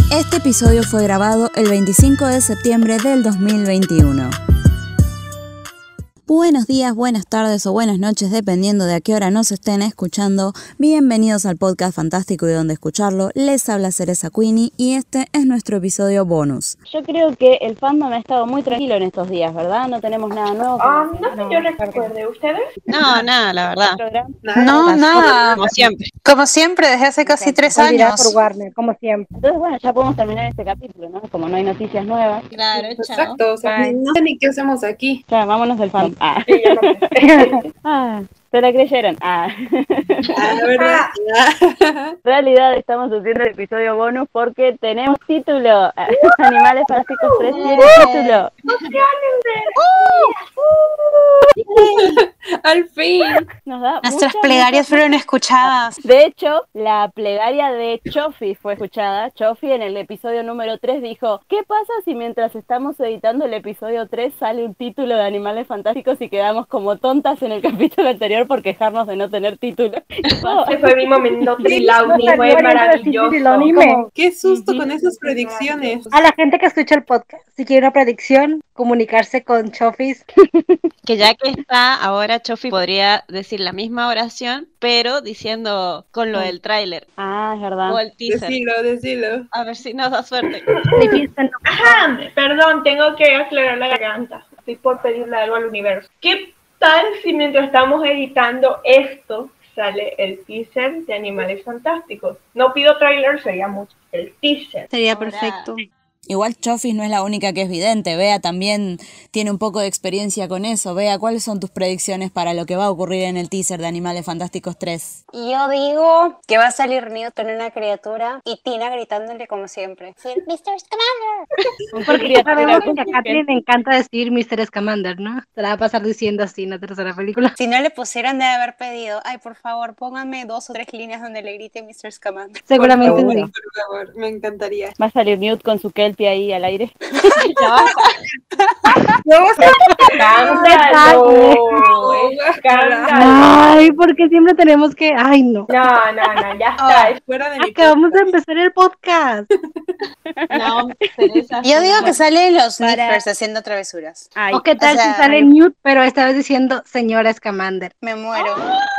Este episodio fue grabado el 25 de septiembre del 2021. Buenos días, buenas tardes o buenas noches, dependiendo de a qué hora nos estén escuchando. Bienvenidos al podcast fantástico y donde escucharlo. Les habla Cereza Queenie y este es nuestro episodio bonus. Yo creo que el fandom ha estado muy tranquilo en estos días, ¿verdad? No tenemos nada nuevo. No, yo recuerde. ¿Ustedes? No, nada, la verdad. Nada. Como siempre. Como siempre, desde hace casi 3 años. Por Warner, como siempre. Entonces, bueno, ya podemos terminar este capítulo, ¿no? Como no hay noticias nuevas. Claro, chao. Exacto, o sea, no sé ni qué hacemos aquí. Ya, vámonos del fandom. Sí, yo no sé. Se la creyeron. ¿Verdad? En realidad estamos haciendo el episodio bonus porque tenemos título. Animales Fantásticos 3 tiene título. Al fin. Nos da Nuestras mucha, plegarias fueron escuchadas. De hecho, la plegaria de Chofi fue escuchada. Chofi en el episodio número 3 dijo: ¿qué pasa si mientras estamos editando el episodio 3 sale un título de Animales Fantásticos y quedamos como tontas en el capítulo anterior por quejarnos de no tener título? Ese fue mi momento Trilauni, fue maravilloso. Qué susto con esas predicciones. A la gente que escucha el podcast, si quiere una predicción, comunicarse con Chofis. Que ya que está ahora, Chofi podría decir la misma oración, pero diciendo con lo del tráiler Es verdad. o el teaser. Decilo. A ver si nos da suerte. Ajá, perdón, tengo que aclarar la garganta. Estoy por pedirle algo al universo. ¿Qué tal si mientras estamos editando esto sale el teaser de Animales Fantásticos? No pido tráiler, sería mucho. El teaser. Sería Ahora, perfecto. Igual Chofis no es la única que es vidente. Bea también tiene un poco de experiencia con eso. Bea, ¿cuáles son tus predicciones para lo que va a ocurrir en el teaser de Animales Fantásticos 3? Yo digo que va a salir Newton en una criatura y Tina gritándole como siempre. Sí, Mr. Scamander. Porque sabemos que a Kathleen le encanta decir Mr. Scamander, ¿no? Se la va a pasar diciendo así en la tercera película. Si no le pusieran de haber pedido, ay, por favor, pónganme 2 o 3 líneas donde le grite Mr. Scamander. Seguramente Por sí. favor, me encantaría. Va a salir Newt con su kelpie ahí al aire. ¡Escándalo! Ay, porque siempre tenemos que... Ay, no. No, ya está, es fuera de mi Acabamos de empezar el podcast. no, Teresa, Yo digo que salen los Para- Snickers haciendo travesuras. Ay, ¿O qué tal o sea, si sale Newt, pero esta vez diciendo señora Scamander? Me muero.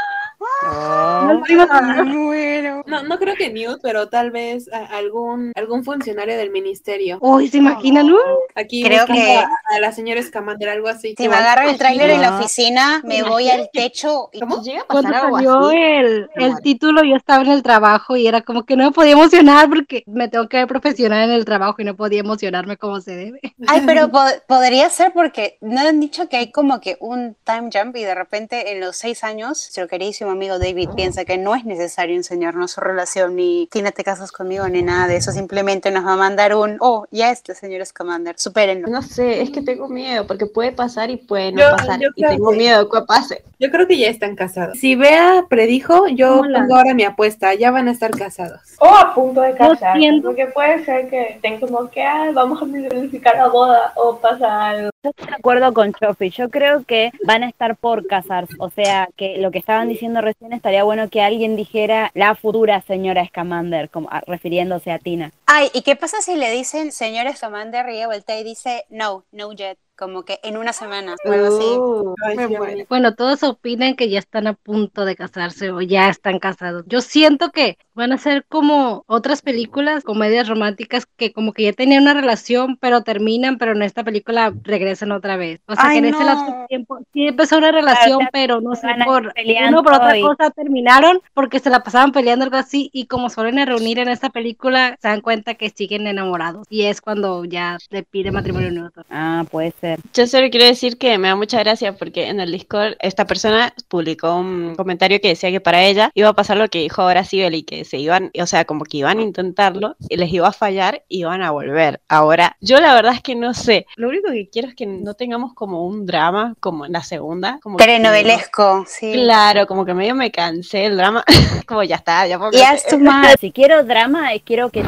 Me muero. No creo que Newt, pero tal vez algún funcionario del ministerio. Uy, ¿se imaginan? Aquí Creo buscando que- a la señora Scamander, algo así. Si me agarran el tráiler en la No. oficina, me voy al techo y ¿Cómo? llega a Cuando pasar algo salió así. el título, yo estaba en el trabajo y era como que no me podía emocionar porque me tengo que ver profesional en el trabajo y no podía emocionarme como se debe. Ay, pero podría ser porque no han dicho que hay como que un time jump y de repente en los 6 años, nuestro queridísimo amigo David piensa que no es necesario enseñarnos su relación ni Tina te casas conmigo ni nada de eso, simplemente nos va a mandar ya es la señora Scamander, supérenlo. No sé, es que tengo miedo porque puede pasar y puede no Yo pasar. Y creo tengo que- miedo que pase. Yo creo que ya están casados. Si Bea predijo, yo pongo ahora mi apuesta. Ya van a estar casados. O a punto de casarse, siento- Porque puede ser que estén como que vamos a planificar la boda o pasa algo. yo estoy de acuerdo con Chofi. Yo creo que van a estar por casarse. O sea, que lo que estaban diciendo recién estaría bueno que alguien dijera la futura señora Scamander, como refiriéndose a Tina. Ay, ¿y qué pasa si le dicen señora Scamander y ella voltea y dice no yet? Como que en una semana o algo así. Ay, Me sí, muero. Bueno, todos opinan que ya están a punto de casarse o ya están casados. Yo siento que van a ser como otras películas, comedias románticas que como que ya tenían una relación, pero terminan, pero en esta película regresan otra vez. O sea, Ay, que en ese no. lapso de tiempo sí empezó una relación, o sea, pero no sé, van a ir por peleando una o por otra y- cosa terminaron porque se la pasaban peleando algo así y como se vuelven a reunir en esta película, se dan cuenta que siguen enamorados y es cuando ya le pide matrimonio nuevo. Puede ser. Yo solo quiero decir que me da mucha gracia porque en el Discord esta persona publicó un comentario que decía que para ella iba a pasar lo que dijo ahora Sibeli, que se iban, o sea, como que iban a intentarlo, y les iba a fallar y iban a volver. Ahora, yo la verdad es que no sé. Lo único que quiero es que no tengamos como un drama como en la segunda. Como que- Telenovelesco, sí. Claro, como que medio me cansé el drama. Como ya está, ya puedo Y es too much. Si quiero drama, quiero que Tina y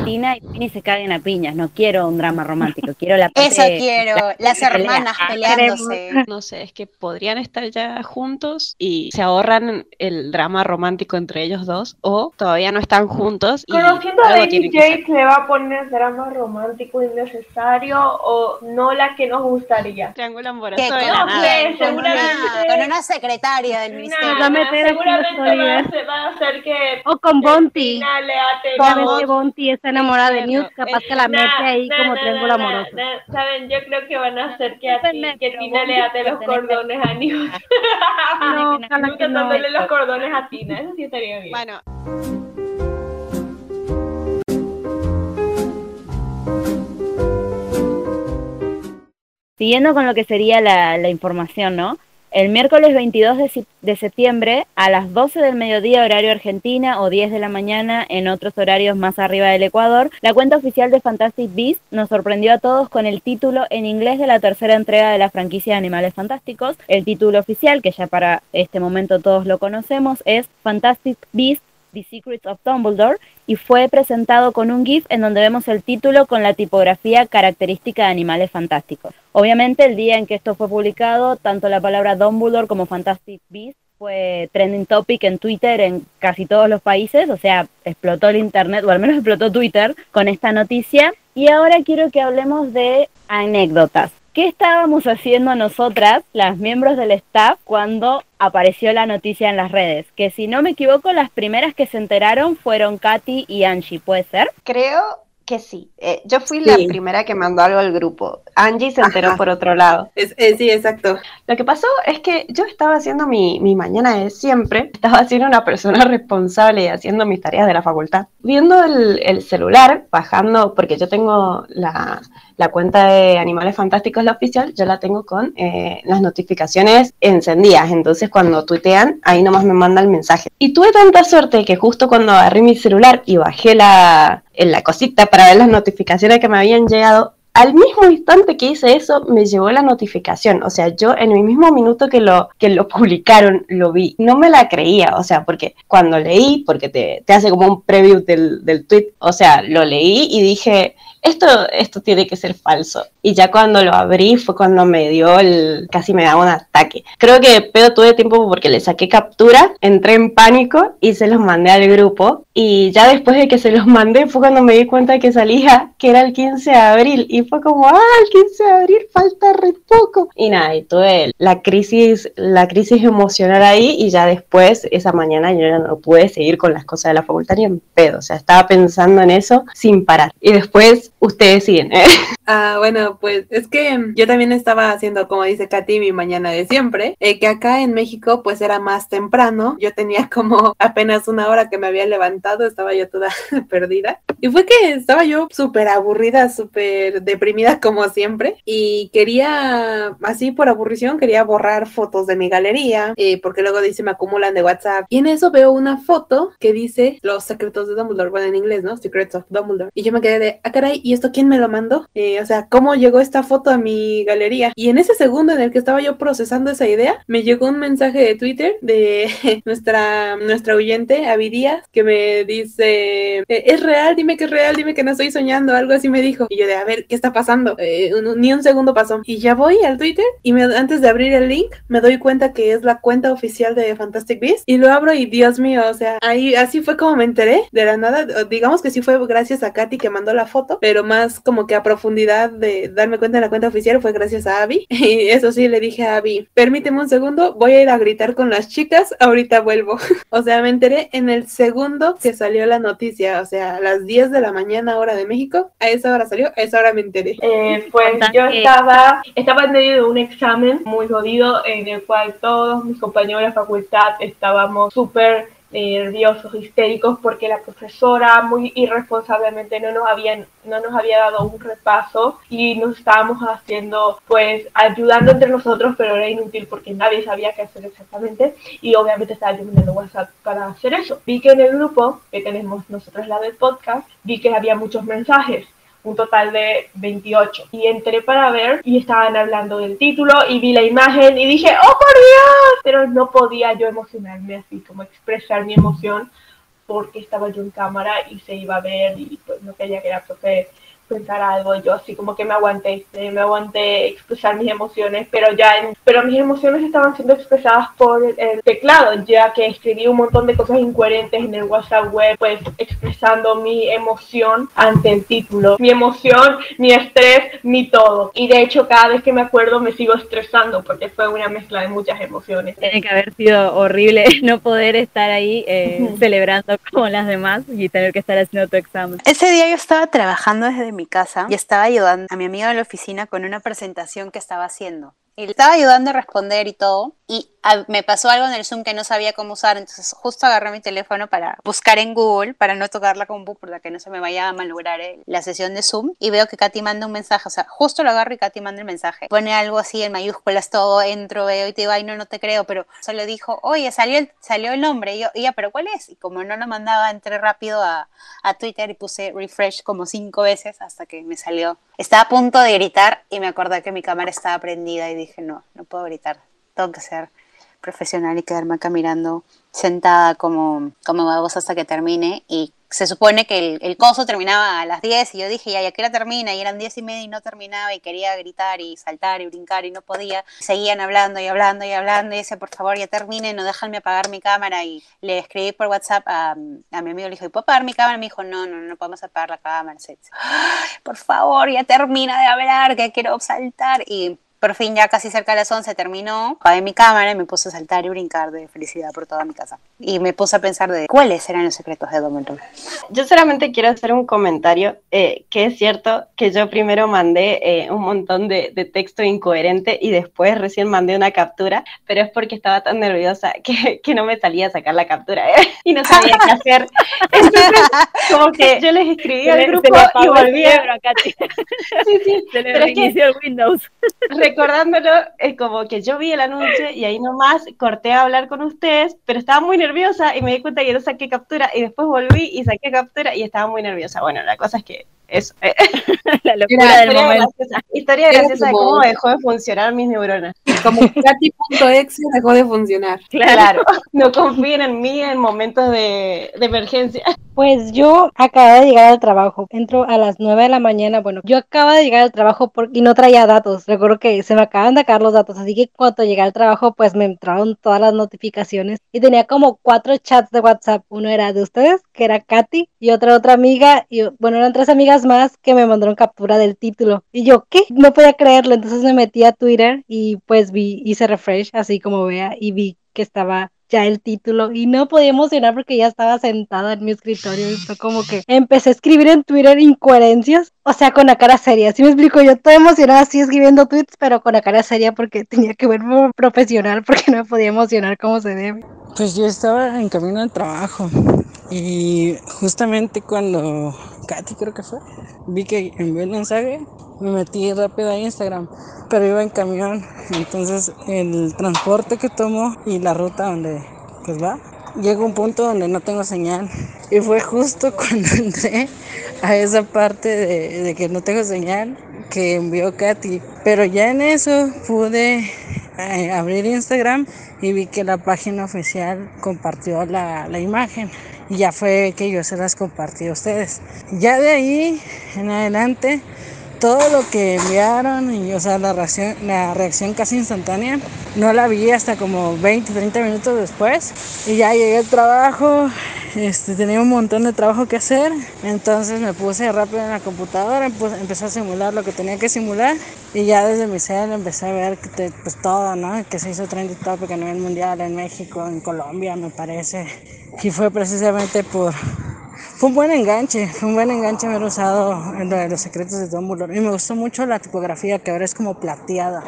Ni se caguen a piñas, no quiero un drama romántico, quiero la parte Eso quiero, las hermanas peleándose. No sé, es que podrían estar ya juntos y se ahorran el drama romántico entre ellos dos, o todavía no están juntos y Conociendo a algo David tienen que hacer. Yates, ¿le va a poner drama romántico innecesario o no la que nos gustaría? Triángulo amoroso ¿Qué? de la No nada. sé, Con seguramente. una secretaria del ministerio. Va a meter aquí Seguramente los Oliver. va a hacer que O con Bonti. Tina le ate Ya ves los- que Bonti está enamorada de Newt, capaz que la mete ahí como triángulo amoroso. ¿Saben? Yo creo que van a hacer que Pero Tina le ate los cordones a Newt. No, ojalá Newt que no. atándole los cordones a Tina, eso sí estaría bien. Bueno, Siguiendo con lo que sería la información, ¿no? El miércoles 22 de septiembre a las 12 del mediodía horario Argentina o 10 de la mañana en otros horarios más arriba del Ecuador, la cuenta oficial de Fantastic Beasts nos sorprendió a todos con el título en inglés de la tercera entrega de la franquicia de Animales Fantásticos. El título oficial, que ya para este momento todos lo conocemos, es Fantastic Beasts: The Secrets of Dumbledore, y fue presentado con un GIF en donde vemos el título con la tipografía característica de Animales Fantásticos. Obviamente, el día en que esto fue publicado, tanto la palabra Dumbledore como Fantastic Beasts fue trending topic en Twitter en casi todos los países, o sea, explotó el internet, o al menos explotó Twitter con esta noticia. Y ahora quiero que hablemos de anécdotas. ¿Qué estábamos haciendo nosotras, las miembros del staff, cuando apareció la noticia en las redes? Que si no me equivoco, las primeras que se enteraron fueron Katy y Angie, ¿puede ser? creo que sí. Yo fui la primera que mandó algo al grupo. Angie se enteró por otro lado. Sí, exacto. Lo que pasó es que yo estaba haciendo mi mañana de siempre, estaba siendo una persona responsable y haciendo mis tareas de la facultad. Viendo el celular, bajando, porque yo tengo la cuenta de Animales Fantásticos, la oficial, yo la tengo con las notificaciones encendidas, entonces cuando tuitean, ahí nomás me manda el mensaje. Y tuve tanta suerte que justo cuando agarré mi celular y bajé la cosita para ver las notificaciones que me habían llegado, al mismo instante que hice eso, me llegó la notificación. O sea, yo en el mismo minuto que lo publicaron, lo vi. No me la creía, o sea, porque cuando leí, porque te hace como un preview del tweet, o sea, lo leí y dije, esto tiene que ser falso. Y ya cuando lo abrí fue cuando me dio casi me daba un ataque. Creo que pedo tuve tiempo porque le saqué captura, entré en pánico y se los mandé al grupo. Y ya después de que se los mandé fue cuando me di cuenta que salía que era el 15 de abril. Y fue como, el 15 de abril falta re poco. Y nada, y tuve la crisis emocional ahí. Y ya después, esa mañana, yo ya no pude seguir con las cosas de la facultad ni en pedo. O sea, estaba pensando en eso sin parar. Y después, ustedes siguen. Bueno, pues es que yo también estaba haciendo, como dice Katy, mi mañana de siempre, que acá en México pues era más temprano, yo tenía como apenas una hora que me había levantado, estaba yo toda perdida, y fue que estaba yo súper aburrida, súper deprimida como siempre, y quería, así por aburrición, quería borrar fotos de mi galería, porque luego dice me acumulan de WhatsApp, y en eso veo una foto que dice Los secretos de Dumbledore, bueno en inglés, ¿no? Secrets of Dumbledore, y yo me quedé de, caray, ¿y esto quién me lo mandó? O sea, ¿cómo llegó esta foto a mi galería? Y en ese segundo en el que estaba yo procesando esa idea, me llegó un mensaje de Twitter de nuestra oyente, Abby Díaz, que me dice, es real, dime que es real, dime que no estoy soñando, algo así me dijo. Y yo de, a ver, ¿qué está pasando? Ni un segundo pasó. Y ya voy al Twitter y antes de abrir el link, me doy cuenta que es la cuenta oficial de Fantastic Beasts y lo abro y Dios mío, o sea, ahí así fue como me enteré de la nada. Digamos que sí fue gracias a Katy que mandó la foto, pero más como que a profundidad de darme cuenta en la cuenta oficial fue gracias a Abby. Y eso sí, le dije a Abby, permíteme un segundo, voy a ir a gritar con las chicas, ahorita vuelvo. O sea, me enteré en el segundo que salió la noticia, o sea, a las 10 de la mañana hora de México, a esa hora salió, a esa hora me enteré. Pues yo estaba en medio de un examen muy jodido en el cual todos mis compañeros de facultad estábamos súper nerviosos, histéricos, porque la profesora muy irresponsablemente no nos había dado un repaso y nos estábamos haciendo, pues, ayudando entre nosotros, pero era inútil porque nadie sabía qué hacer exactamente y obviamente estaba yo mirando WhatsApp para hacer eso. Vi que en el grupo que tenemos nosotros, la del podcast, vi que había muchos mensajes, un total de 28, y entré para ver y estaban hablando del título y vi la imagen y dije, ¡oh por Dios! Pero no podía yo emocionarme así, como expresar mi emoción, porque estaba yo en cámara y se iba a ver y pues no quería que la profe pensar algo. Yo así como que me aguanté expresar mis emociones, pero mis emociones estaban siendo expresadas por el teclado, ya que escribí un montón de cosas incoherentes en el WhatsApp web, pues expresando mi emoción ante el título, mi emoción, mi estrés, mi todo. Y de hecho cada vez que me acuerdo me sigo estresando porque fue una mezcla de muchas emociones. Tiene que haber sido horrible no poder estar ahí celebrando como las demás y tener que estar haciendo tu examen. Ese día yo estaba trabajando desde mi casa y estaba ayudando a mi amiga en la oficina con una presentación que estaba haciendo. Y le estaba ayudando a responder y todo. Y me pasó algo en el Zoom que no sabía cómo usar. Entonces justo agarré mi teléfono para buscar en Google, para no tocar la compu, para que no se me vaya a malograr la sesión de Zoom. Y veo que Katy manda un mensaje. O sea, justo lo agarro y Katy manda el mensaje. Pone algo así en mayúsculas, todo, entro, veo y te digo, ay, no te creo. Pero solo dijo, oye, salió el nombre. Y yo, ya, ¿pero cuál es? Y como no lo mandaba, entré rápido a Twitter y puse refresh como 5 veces hasta que me salió. Estaba a punto de gritar y me acordé que mi cámara estaba prendida y dije, no puedo gritar, tengo que ser profesional y quedarme acá mirando sentada como babosa hasta que termine. Y se supone que el coso terminaba a las 10 y yo dije, ya que hora termina, y eran 10:30 y no terminaba y quería gritar y saltar y brincar y no podía. Seguían hablando y hablando y hablando y dice, por favor, ya termine, no déjenme apagar mi cámara. Y le escribí por WhatsApp a mi amigo, le dije, ¿puedo apagar mi cámara? Me dijo, no podemos apagar la cámara. Por favor, ya termina de hablar, que quiero saltar. Y por fin, ya casi cerca de las 11 terminó, apagué mi cámara y me puse a saltar y brincar de felicidad por toda mi casa. Y me puse a pensar de cuáles eran los secretos de Dumbledore. Yo solamente quiero hacer un comentario, que es cierto que yo primero mandé un montón de texto incoherente y después recién mandé una captura, pero es porque estaba tan nerviosa que no me salía a sacar la captura, y no sabía qué hacer. Entonces, como que yo les escribí al grupo y volví a... Sí, se le pero reinició el Windows. Recordándolo, es como que yo vi el anuncio y ahí nomás corté a hablar con ustedes, pero estaba muy nerviosa y me di cuenta que no saqué captura y después volví y saqué captura y estaba muy nerviosa. Bueno, la cosa es que eso. La locura del momento. Historia graciosa de cómo dejó de funcionar mis neuronas. Como Katy.exe dejó de funcionar. Claro, no confíen en mí en momentos de emergencia. Pues yo acabo de llegar al trabajo, entro a las 9 de la mañana, bueno, yo acabo de llegar al trabajo y no traía datos, recuerdo que se me acaban de acabar los datos, así que cuando llegué al trabajo pues me entraron todas las notificaciones y tenía como 4 chats de WhatsApp, uno era de ustedes, que era Katy, y otra amiga, y bueno, eran 3 amigas más que me mandaron captura del título, y yo, ¿qué? No podía creerlo, entonces me metí a Twitter y pues hice refresh, así como vea, y vi que estaba ya el título y no podía emocionar porque ya estaba sentada en mi escritorio y fue como que empecé a escribir en Twitter incoherencias, o sea, con la cara seria, ¿sí me explico? Yo toda emocionada así escribiendo tweets, pero con la cara seria porque tenía que verme profesional porque no me podía emocionar como se debe. Pues yo estaba en camino al trabajo y justamente cuando Katy creo que fue, vi que envió el mensaje, me metí rápido a Instagram, pero iba en camión, entonces el transporte que tomo y la ruta donde pues va, llega un punto donde no tengo señal y fue justo cuando entré a esa parte de que no tengo señal que envió Katy, pero ya en eso pude abrir Instagram y vi que la página oficial compartió la imagen y ya fue que yo se las compartí a ustedes. Ya de ahí en adelante todo lo que enviaron y o sea la reacción casi instantánea no la vi hasta como 20-30 minutos después y ya llegué al trabajo. Tenía un montón de trabajo que hacer, entonces me puse rápido en la computadora, empecé a simular lo que tenía que simular y ya desde mi cel empecé a ver que pues todo, ¿no? Que se hizo trending topic a nivel mundial en México, en Colombia me parece, y fue precisamente fue un buen enganche haber usado en lo de los secretos de Dumbledore y me gustó mucho la tipografía que ahora es como plateada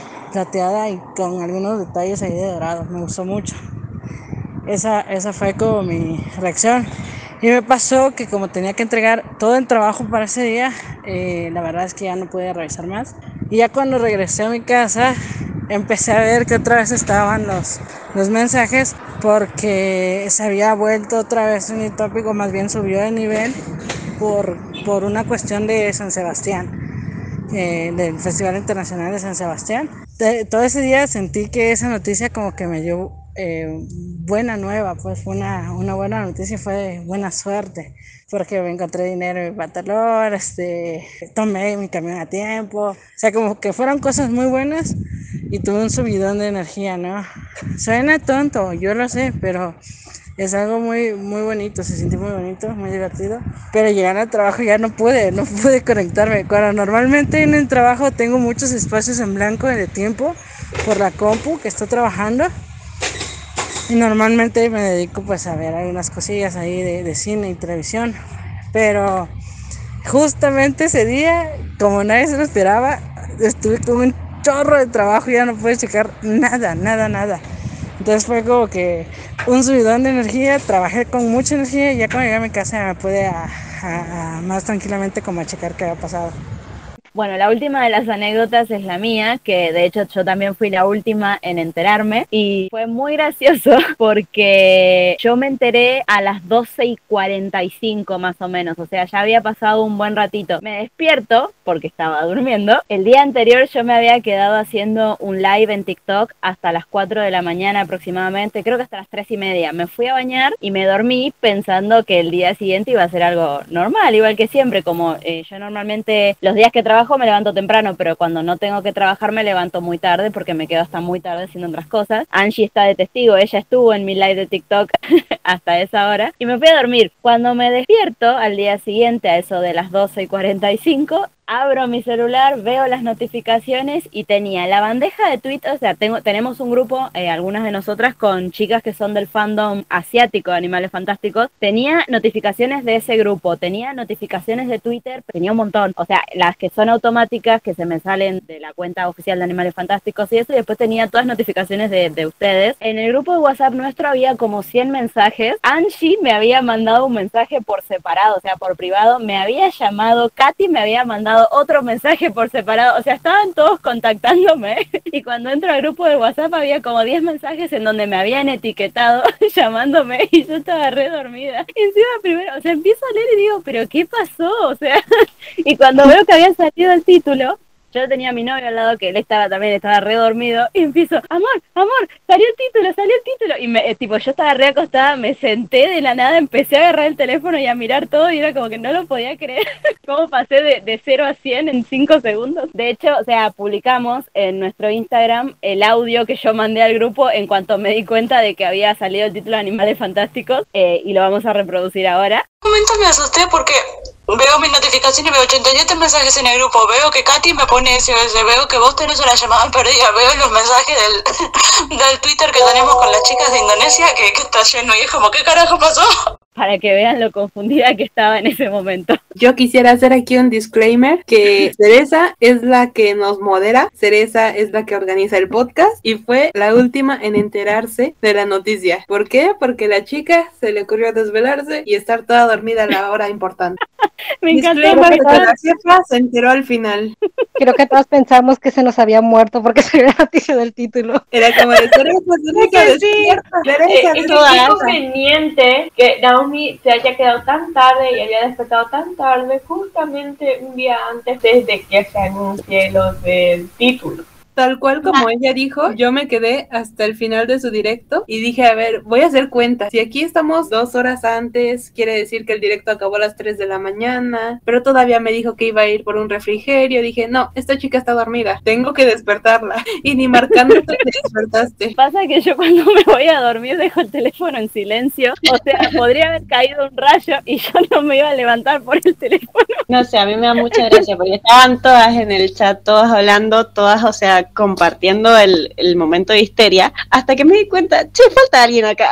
y con algunos detalles ahí de dorado, me gustó mucho. Esa fue como mi reacción. Y me pasó que como tenía que entregar todo el trabajo para ese día, la verdad es que ya no podía revisar más. Y ya cuando regresé a mi casa, empecé a ver que otra vez estaban los mensajes porque se había vuelto otra vez un tópico, más bien subió de nivel por una cuestión de San Sebastián, del Festival Internacional de San Sebastián. Todo ese día sentí que esa noticia como que me dio buena nueva, pues fue una buena noticia, fue buena suerte, porque me encontré dinero en mi pantalón, tomé mi camión a tiempo, o sea, como que fueron cosas muy buenas y tuve un subidón de energía, ¿no? Suena tonto, yo lo sé, pero es algo muy, muy bonito, se sintió muy bonito, muy divertido, pero llegar al trabajo ya no pude conectarme. Cuando normalmente en el trabajo tengo muchos espacios en blanco de tiempo por la compu que estoy trabajando, y normalmente me dedico pues a ver algunas cosillas ahí de cine y televisión, pero justamente ese día, como nadie se lo esperaba, estuve con un chorro de trabajo y ya no pude checar nada. Entonces fue como que un subidón de energía, trabajé con mucha energía y ya cuando llegué a mi casa me pude a más tranquilamente como a checar qué había pasado. Bueno, la última de las anécdotas es la mía, que de hecho yo también fui la última en enterarme y fue muy gracioso porque yo me enteré a las 12:45 más o menos, o sea, ya había pasado un buen ratito. Me despierto porque estaba durmiendo. El día anterior yo me había quedado haciendo un live en TikTok hasta las 4 de la mañana aproximadamente, creo que hasta las 3:30. Me fui a bañar y me dormí pensando que el día siguiente iba a ser algo normal, igual que siempre, como yo normalmente los días que trabajo me levanto temprano, pero cuando no tengo que trabajar me levanto muy tarde porque me quedo hasta muy tarde haciendo otras cosas. Angie está de testigo, ella estuvo en mi live de TikTok hasta esa hora y me fui a dormir. Cuando me despierto al día siguiente a eso de las 12:45, abro mi celular, veo las notificaciones y tenía la bandeja de tweets, o sea, tenemos un grupo, algunas de nosotras, con chicas que son del fandom asiático de Animales Fantásticos. Tenía notificaciones de ese grupo, tenía notificaciones de Twitter, tenía un montón. O sea, las que son automáticas, que se me salen de la cuenta oficial de Animales Fantásticos y eso, y después tenía todas notificaciones de ustedes. En el grupo de WhatsApp nuestro había como 100 mensajes. Angie me había mandado un mensaje por separado, o sea, por privado. Me había llamado, Katy me había mandado otro mensaje por separado, o sea, estaban todos contactándome y cuando entro al grupo de WhatsApp había como 10 mensajes en donde me habían etiquetado llamándome y yo estaba re dormida. Y encima primero, o sea, empiezo a leer y digo, pero ¿qué pasó? O sea, y cuando veo que había salido el título, yo tenía a mi novio al lado que él estaba re dormido y empiezo, amor, salió el título y tipo yo estaba re acostada, me senté de la nada, empecé a agarrar el teléfono y a mirar todo y era como que no lo podía creer cómo pasé de 0 a 100 en 5 segundos. De hecho, o sea, publicamos en nuestro Instagram el audio que yo mandé al grupo en cuanto me di cuenta de que había salido el título de Animales Fantásticos y lo vamos a reproducir ahora. Un momento me asusté porque veo mis notificaciones, veo 87 mensajes en el grupo, veo que Katy me pone SOS, veo que vos tenés una llamada perdida, veo los mensajes del Twitter que tenemos con las chicas de Indonesia que está lleno y es como, ¿qué carajo pasó? Para que vean lo confundida que estaba en ese momento. Yo quisiera hacer aquí un disclaimer, que Cereza es la que nos modera, Cereza es la que organiza el podcast y fue la última en enterarse de la noticia. ¿Por qué? Porque la chica se le ocurrió desvelarse y estar toda dormida a la hora importante. Me encantó. La jefa se enteró al final. Creo que todos pensamos que se nos había muerto porque se la noticia del título. Era como de Cereza despierta. Es conveniente que Naomi se haya quedado tan tarde y haya despertado tan tarde justamente un día antes desde que se anuncie lo del título. Tal cual como ella dijo, yo me quedé hasta el final de su directo y dije, a ver, voy a hacer cuentas. Si aquí estamos 2 horas antes, quiere decir que el directo acabó a las 3 de la mañana, pero todavía me dijo que iba a ir por un refrigerio. Dije, no, esta chica está dormida, tengo que despertarla. Y ni marcándote te despertaste. Pasa que yo cuando me voy a dormir dejo el teléfono en silencio. O sea, podría haber caído un rayo y yo no me iba a levantar por el teléfono. No sé, a mí me da mucha gracia porque estaban todas en el chat, todas hablando, todas, o sea, compartiendo el momento de histeria, hasta que me di cuenta, che, falta alguien acá.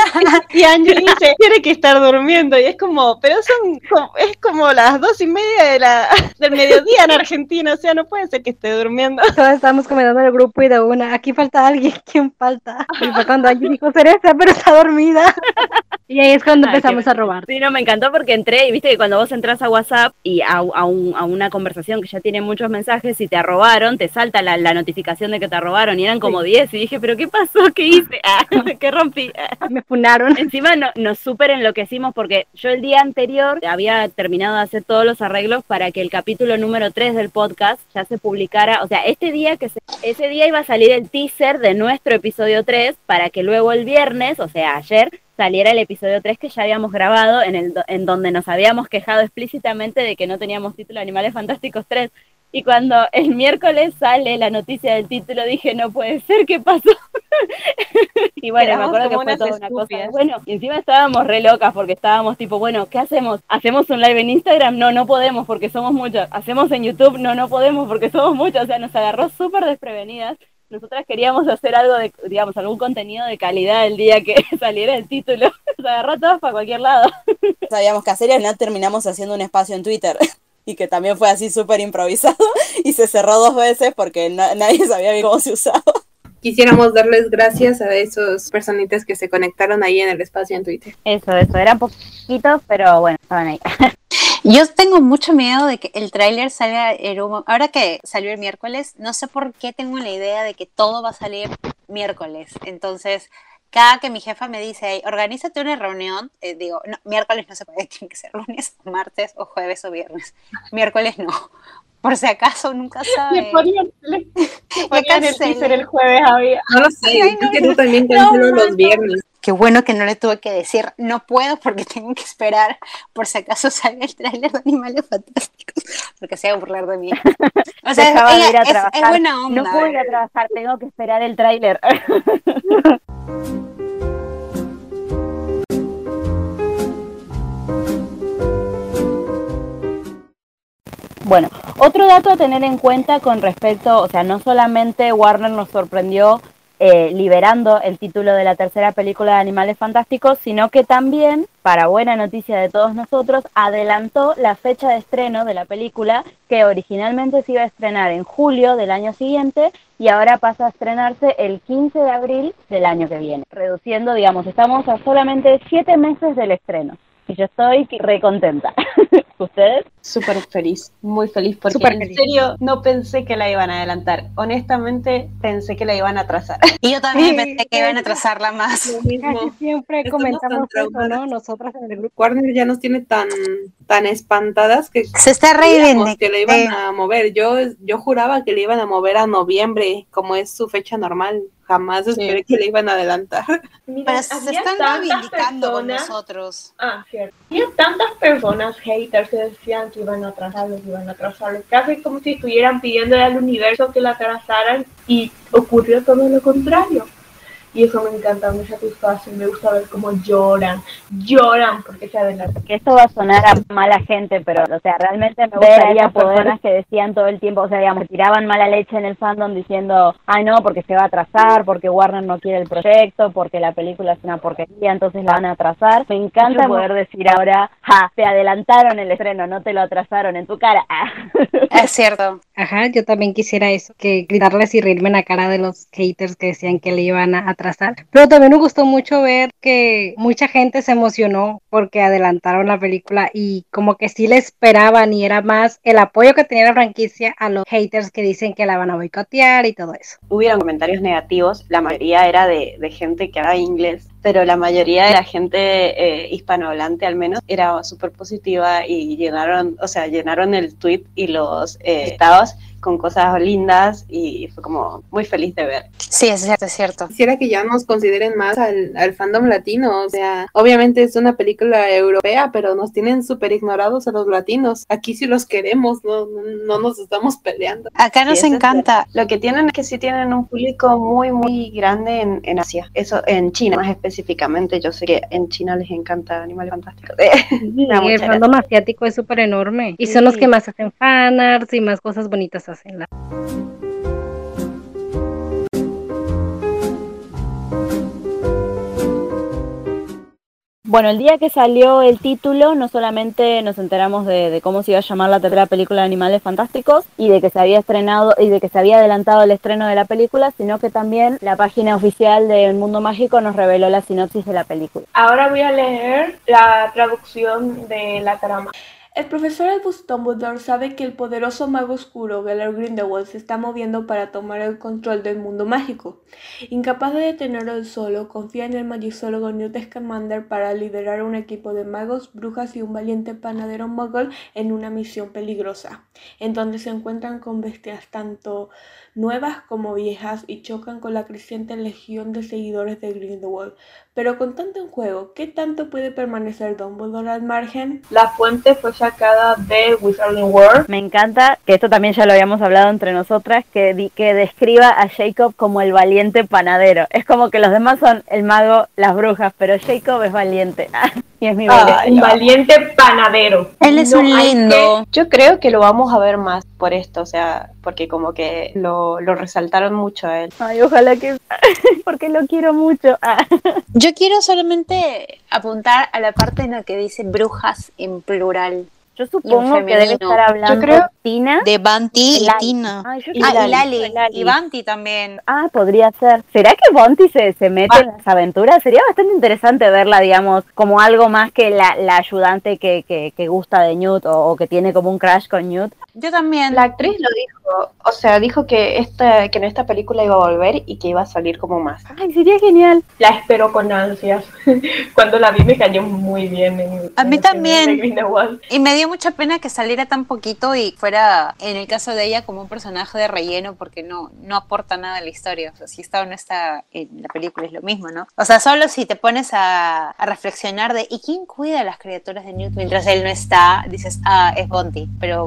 Y Angie dice, tiene que estar durmiendo, y es como, pero es como las 2:30 del mediodía en Argentina, o sea, no puede ser que esté durmiendo. Todos estamos comentando en el grupo y de una, aquí falta alguien, ¿quién falta? Y fue cuando Angie dijo, Cereza, pero está dormida. Y ahí es cuando empezamos a robar. Sí, no, me encantó porque entré y viste que cuando vos entras a WhatsApp y a una conversación que ya tiene muchos mensajes y te arrobaron, te salta la notificación de que te robaron y eran como 10 y dije, pero ¿qué pasó? ¿Qué hice? ¿Qué rompí? Me funaron. Encima nos súper enloquecimos porque yo el día anterior había terminado de hacer todos los arreglos para que el capítulo número 3 del podcast ya se publicara, o sea, ese día iba a salir el teaser de nuestro episodio 3 para que luego el viernes, o sea, ayer, saliera el episodio 3 que ya habíamos grabado en donde nos habíamos quejado explícitamente de que no teníamos título Animales Fantásticos 3. Y cuando el miércoles sale la noticia del título, dije, no puede ser, ¿qué pasó? Y bueno, me acuerdo que fue toda una cosa. Bueno, y encima estábamos re locas porque estábamos tipo, bueno, ¿qué hacemos? ¿Hacemos un live en Instagram? No podemos porque somos muchos. ¿Hacemos en YouTube? No podemos porque somos muchos. O sea, nos agarró súper desprevenidas. Nosotras queríamos hacer algo de, digamos, algún contenido de calidad el día que saliera el título. Nos agarró todos para cualquier lado. Sabíamos qué hacer y al final terminamos haciendo un espacio en Twitter. Y que también fue así súper improvisado. Y se cerró 2 veces porque nadie sabía bien cómo se usaba. Quisiéramos darles gracias a esos personitas que se conectaron ahí en el espacio en Twitter. Eso, eran poquitos, pero bueno, estaban ahí. Yo tengo mucho miedo de que el tráiler salga ahora que salió el miércoles, no sé por qué tengo la idea de que todo va a salir miércoles. Entonces, cada que mi jefa me dice, hey, organízate una reunión, digo, no, miércoles no se puede, tiene que ser lunes, martes o jueves o viernes. Miércoles no. Por si acaso, nunca sabe. Le ponían el teaser el jueves había. No lo sé, creo que tú también cancelo los viernes. Qué bueno que no le tuve que decir, no puedo porque tengo que esperar por si acaso salga el tráiler de Animales Fantásticos, porque se va a burlar de mí. O sea, dejaba de ir a trabajar. Es buena onda. No puedo ir a trabajar, tengo que esperar el tráiler. Bueno, otro dato a tener en cuenta con respecto, o sea, no solamente Warner nos sorprendió liberando el título de la tercera película de Animales Fantásticos, sino que también, para buena noticia de todos nosotros, adelantó la fecha de estreno de la película, que originalmente se iba a estrenar en julio del año siguiente y ahora pasa a estrenarse el 15 de abril del año que viene, reduciendo, digamos, estamos a solamente 7 meses del estreno. Y yo estoy re contenta. ¿Ustedes? Súper feliz, muy feliz, porque en serio no pensé que la iban a adelantar. Honestamente pensé que la iban a atrasar. Y yo también pensé que iban a atrasarla más. Casi siempre comentamos eso, ¿no? Nosotras en el grupo. Warner ya nos tiene tan espantadas que se está reivindicando que le iban a mover. Yo juraba que le iban a mover a noviembre, como es su fecha normal. Jamás esperé que le iban a adelantar. Mira, pero se están reivindicando con nosotros. Ah, cierto. Había tantas personas haters que decían que iban a atrasarlo, casi como si estuvieran pidiéndole al universo que la atrasaran y ocurrió todo lo contrario. Y eso me encanta, me satisface, me gusta ver cómo lloran porque se adelantan. Que esto va a sonar a mala gente, pero, o sea, realmente me gustaría personas que decían todo el tiempo, o sea, digamos, tiraban mala leche en el fandom diciendo, ay no, porque se va a atrasar, porque Warner no quiere el proyecto, porque la película es una porquería, entonces la van a atrasar. Me encanta poder decir ahora, te adelantaron el estreno, no te lo atrasaron en tu cara. Es cierto. Ajá, yo también quisiera eso, que gritarles y reírme en la cara de los haters que decían que le iban a atrasar. Pero también me gustó mucho ver que mucha gente se emocionó porque adelantaron la película y como que sí le esperaban y era más el apoyo que tenía la franquicia a los haters que dicen que la van a boicotear y todo eso. Hubieron comentarios negativos, la mayoría era de gente que habla inglés, pero la mayoría de la gente hispanohablante al menos era súper positiva y llenaron el tweet y los estados con cosas lindas y fue como muy feliz de ver. Sí, es cierto. Quisiera que ya nos consideren más al fandom latino, o sea, obviamente es una película europea, pero nos tienen súper ignorados a los latinos. Aquí sí los queremos, no nos estamos peleando. Acá nos encanta. Lo que tienen es que sí tienen un público muy, muy grande en Asia, eso en China más específicamente. Yo sé que en China les encanta Animales Fantásticos. Sí, el fandom asiático es súper enorme y son los que más hacen fanarts y más cosas bonitas hacen. Bueno, el día que salió el título, no solamente nos enteramos de cómo se iba a llamar la tercera película de Animales Fantásticos y de que se había estrenado y de que se había adelantado el estreno de la película, sino que también la página oficial de El Mundo Mágico nos reveló la sinopsis de la película. Ahora voy a leer la traducción de la trama. El profesor Albus Dumbledore sabe que el poderoso mago oscuro Gellert Grindelwald se está moviendo para tomar el control del mundo mágico. Incapaz de detenerlo él solo, confía en el magizólogo Newt Scamander para liderar un equipo de magos, brujas y un valiente panadero muggle en una misión peligrosa, en donde se encuentran con bestias tanto nuevas como viejas y chocan con la creciente legión de seguidores de Grindelwald. Pero con tanto en juego, ¿qué tanto puede permanecer Dumbledore al margen? La fuente fue sacada de Wizarding World. Me encanta, que esto también ya lo habíamos hablado entre nosotras, que describa a Jacob como el valiente panadero. Es como que los demás son el mago, las brujas, pero Jacob es valiente. Y es mi un valiente panadero. Él es un lindo. Yo creo que lo vamos a ver más por esto, o sea, porque como que lo resaltaron mucho a él. Ay, ojalá que... porque lo quiero mucho. Yo quiero solamente apuntar a la parte en la que dice brujas en plural. Yo supongo que debe estar hablando, yo creo, Tina, de Bunty y Tina. Y Lali. Y Bunty también. Podría ser. ¿Será que Bunty se mete en las aventuras? Sería bastante interesante verla, digamos, como algo más que la ayudante que gusta de Newt o que tiene como un crush con Newt. Yo también. La actriz lo dijo, o sea, dijo que en esta película iba a volver y que iba a salir como más. Ay, sería genial. La espero con ansias. Cuando la vi me cayó muy bien. A mí también. Y me dio mucha pena que saliera tan poquito y fuera, en el caso de ella, como un personaje de relleno, porque no aporta nada a la historia. O sea, si está o no está en la película es lo mismo, ¿no? O sea, solo si te pones a reflexionar de ¿y quién cuida a las criaturas de Newt mientras él no está? Dices, es Bunty, pero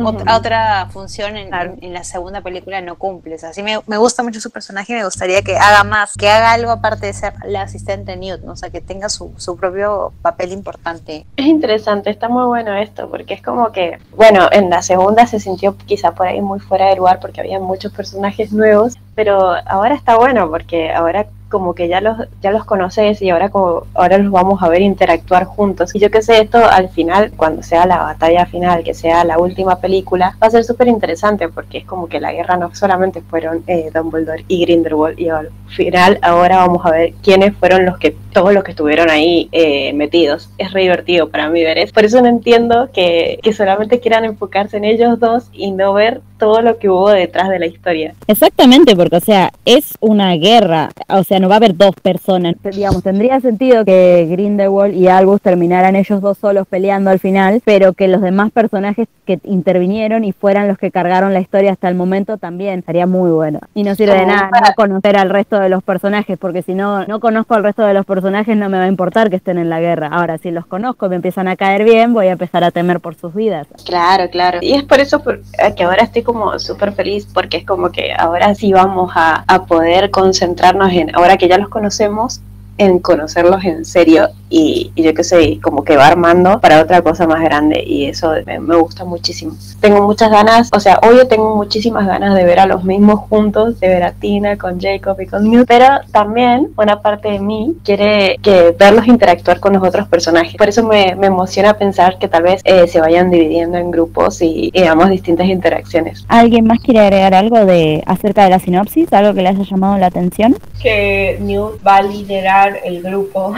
otra función en la segunda película no cumple. O sea, sí me gusta mucho su personaje y me gustaría que haga más, que haga algo aparte de ser la asistente de Newt, ¿no? O sea, que tenga su propio papel importante. Es interesante, está muy bueno esto, porque es como que, bueno, en la segunda se sintió quizá por ahí muy fuera de lugar porque había muchos personajes nuevos, pero ahora está bueno porque ahora como que ya los conoces y ahora los vamos a ver interactuar juntos. Y yo que sé, esto al final, cuando sea la batalla final, que sea la última película, va a ser súper interesante porque es como que la guerra no solamente fueron Dumbledore y Grindelwald, y al final ahora vamos a ver quiénes fueron todos los que estuvieron ahí metidos. Es re divertido para mí ver eso. Por eso no entiendo que solamente quieran enfocarse en ellos dos y no ver todo lo que hubo detrás de la historia. Exactamente, porque o sea, es una guerra, o sea, no va a haber dos personas, digamos, tendría sentido que Grindelwald y Albus terminaran ellos dos solos peleando al final, pero que los demás personajes que intervinieron y fueran los que cargaron la historia hasta el momento también, estaría muy bueno. Y no sirve de nada no conocer al resto de los personajes, porque si no conozco al resto de los personajes no me va a importar que estén en la guerra. Ahora, si los conozco y me empiezan a caer bien, voy a empezar a temer por sus vidas. Claro. Y es por eso que ahora estoy como súper feliz, porque es como que ahora sí vamos a poder concentrarnos ahora que ya los conocemos, en conocerlos en serio y yo qué sé, como que va armando para otra cosa más grande y eso me gusta muchísimo. Tengo muchas ganas, o sea, obvio tengo muchísimas ganas de ver a los mismos juntos, de ver a Tina con Jacob y con Newt, pero también una parte de mí quiere verlos interactuar con los otros personajes. Por eso me emociona pensar que tal vez se vayan dividiendo en grupos y hagamos distintas interacciones. ¿Alguien más quiere agregar algo acerca de la sinopsis? ¿Algo que le haya llamado la atención? Que Newt va a liderar el grupo.